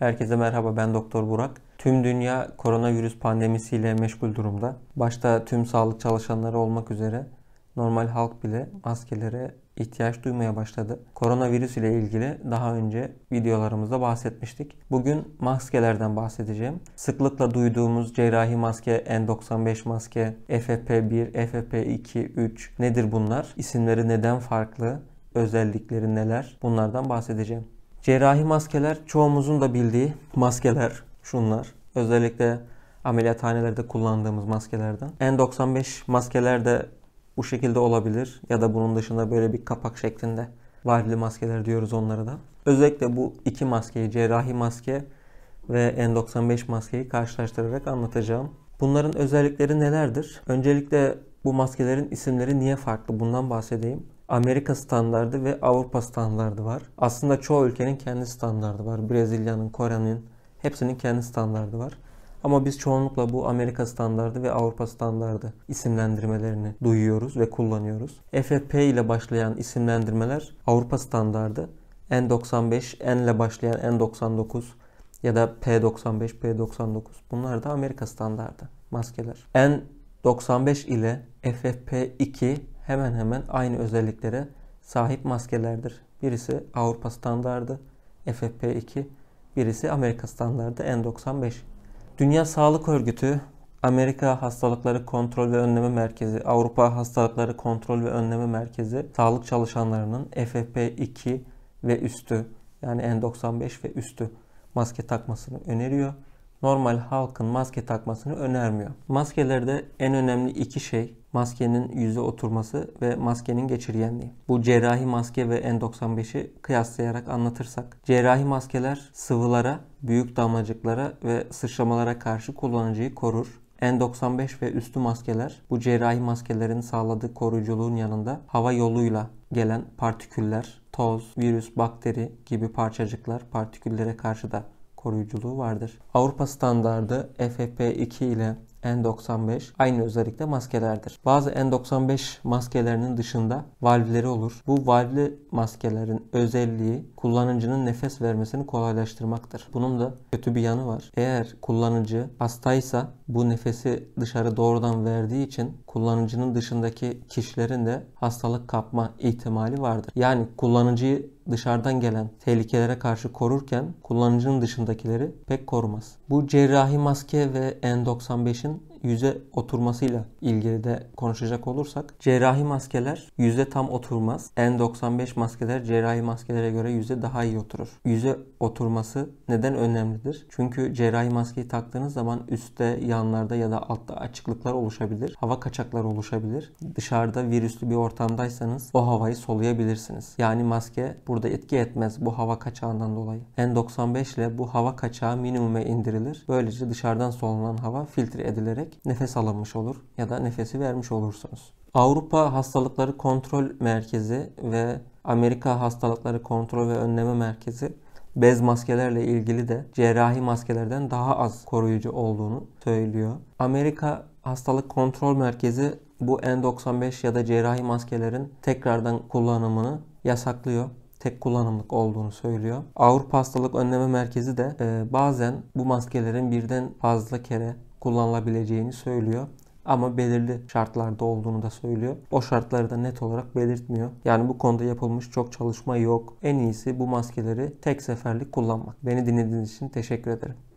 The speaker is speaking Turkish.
Herkese merhaba, ben Doktor Burak. Tüm dünya koronavirüs pandemisiyle meşgul durumda. Başta tüm sağlık çalışanları olmak üzere normal halk bile maskelere ihtiyaç duymaya başladı. Koronavirüs ile ilgili daha önce videolarımızda bahsetmiştik. Bugün maskelerden bahsedeceğim. Sıklıkla duyduğumuz cerrahi maske, N95 maske, FFP1, FFP2, 3 nedir bunlar? İsimleri neden farklı? Özellikleri neler? Bunlardan bahsedeceğim. Cerrahi maskeler çoğumuzun da bildiği maskeler şunlar. Özellikle ameliyathanelerde kullandığımız maskelerden. N95 maskeler de bu şekilde olabilir ya da bunun dışında böyle bir kapak şeklinde valvli maskeler diyoruz onlara da. Özellikle bu iki maskeyi, cerrahi maske ve N95 maskeyi karşılaştırarak anlatacağım. Bunların özellikleri nelerdir? Öncelikle bu maskelerin isimleri niye farklı? Bundan bahsedeyim. Amerika standardı ve Avrupa standardı var. Aslında çoğu ülkenin kendi standardı var. Brezilya'nın, Kore'nin hepsinin kendi standardı var. Ama biz çoğunlukla bu Amerika standardı ve Avrupa standardı isimlendirmelerini duyuyoruz ve kullanıyoruz. FFP ile başlayan isimlendirmeler Avrupa standardı. N95, N ile başlayan N99 ya da P95, P99 bunlar da Amerika standardı maskeler. N95 ile FFP2 hemen hemen aynı özelliklere sahip maskelerdir. Birisi Avrupa standardı FFP2, birisi Amerika standardı N95. Dünya Sağlık Örgütü, Amerika Hastalıkları Kontrol ve Önleme Merkezi, Avrupa Hastalıkları Kontrol ve Önleme Merkezi sağlık çalışanlarının FFP2 ve üstü yani N95 ve üstü maske takmasını öneriyor. Normal halkın maske takmasını önermiyor. Maskelerde en önemli iki şey maskenin yüze oturması ve maskenin geçirgenliği. Bu cerrahi maske ve N95'i kıyaslayarak anlatırsak. Cerrahi maskeler sıvılara, büyük damlacıklara ve sıçramalara karşı kullanıcıyı korur. N95 ve üstü maskeler bu cerrahi maskelerin sağladığı koruyuculuğun yanında hava yoluyla gelen partiküller, toz, virüs, bakteri gibi parçacıklar, partiküllere karşı da koruyuculuğu vardır. Avrupa standardı FFP2 ile N95 aynı özellikle maskelerdir. Bazı N95 maskelerinin dışında valvleri olur. Bu valvli maskelerin özelliği kullanıcının nefes vermesini kolaylaştırmaktır. Bunun da kötü bir yanı var. Eğer kullanıcı hastaysa bu nefesi dışarı doğrudan verdiği için kullanıcının dışındaki kişilerin de hastalık kapma ihtimali vardır. Yani kullanıcıyı dışarıdan gelen tehlikelere karşı korurken kullanıcının dışındakileri pek korumaz. Bu cerrahi maske ve N95'in yüze oturmasıyla ilgili de konuşacak olursak cerrahi maskeler yüze tam oturmaz. N95 maskeler cerrahi maskelere göre yüze daha iyi oturur. Yüze oturması neden önemlidir? Çünkü cerrahi maskeyi taktığınız zaman üstte, yanlarda ya da altta açıklıklar oluşabilir. Hava kaçakları oluşabilir. Dışarıda virüslü bir ortamdaysanız o havayı soluyabilirsiniz. Yani maske burada etki etmez bu hava kaçağından dolayı. N95 ile bu hava kaçağı minimuma indirilir. Böylece dışarıdan solunan hava filtre edilerek nefes alınmış olur ya da nefesi vermiş olursunuz. Avrupa Hastalıkları Kontrol Merkezi ve Amerika Hastalıkları Kontrol ve Önleme Merkezi bez maskelerle ilgili de cerrahi maskelerden daha az koruyucu olduğunu söylüyor. Amerika Hastalık Kontrol Merkezi bu N95 ya da cerrahi maskelerin tekrardan kullanımını yasaklıyor. Tek kullanımlık olduğunu söylüyor. Avrupa Hastalık Önleme Merkezi de bazen bu maskelerin birden fazla kere kullanılabileceğini söylüyor. Ama belirli şartlarda olduğunu da söylüyor. O şartları da net olarak belirtmiyor. Yani bu konuda yapılmış çok çalışma yok. En iyisi bu maskeleri tek seferlik kullanmak. Beni dinlediğiniz için teşekkür ederim.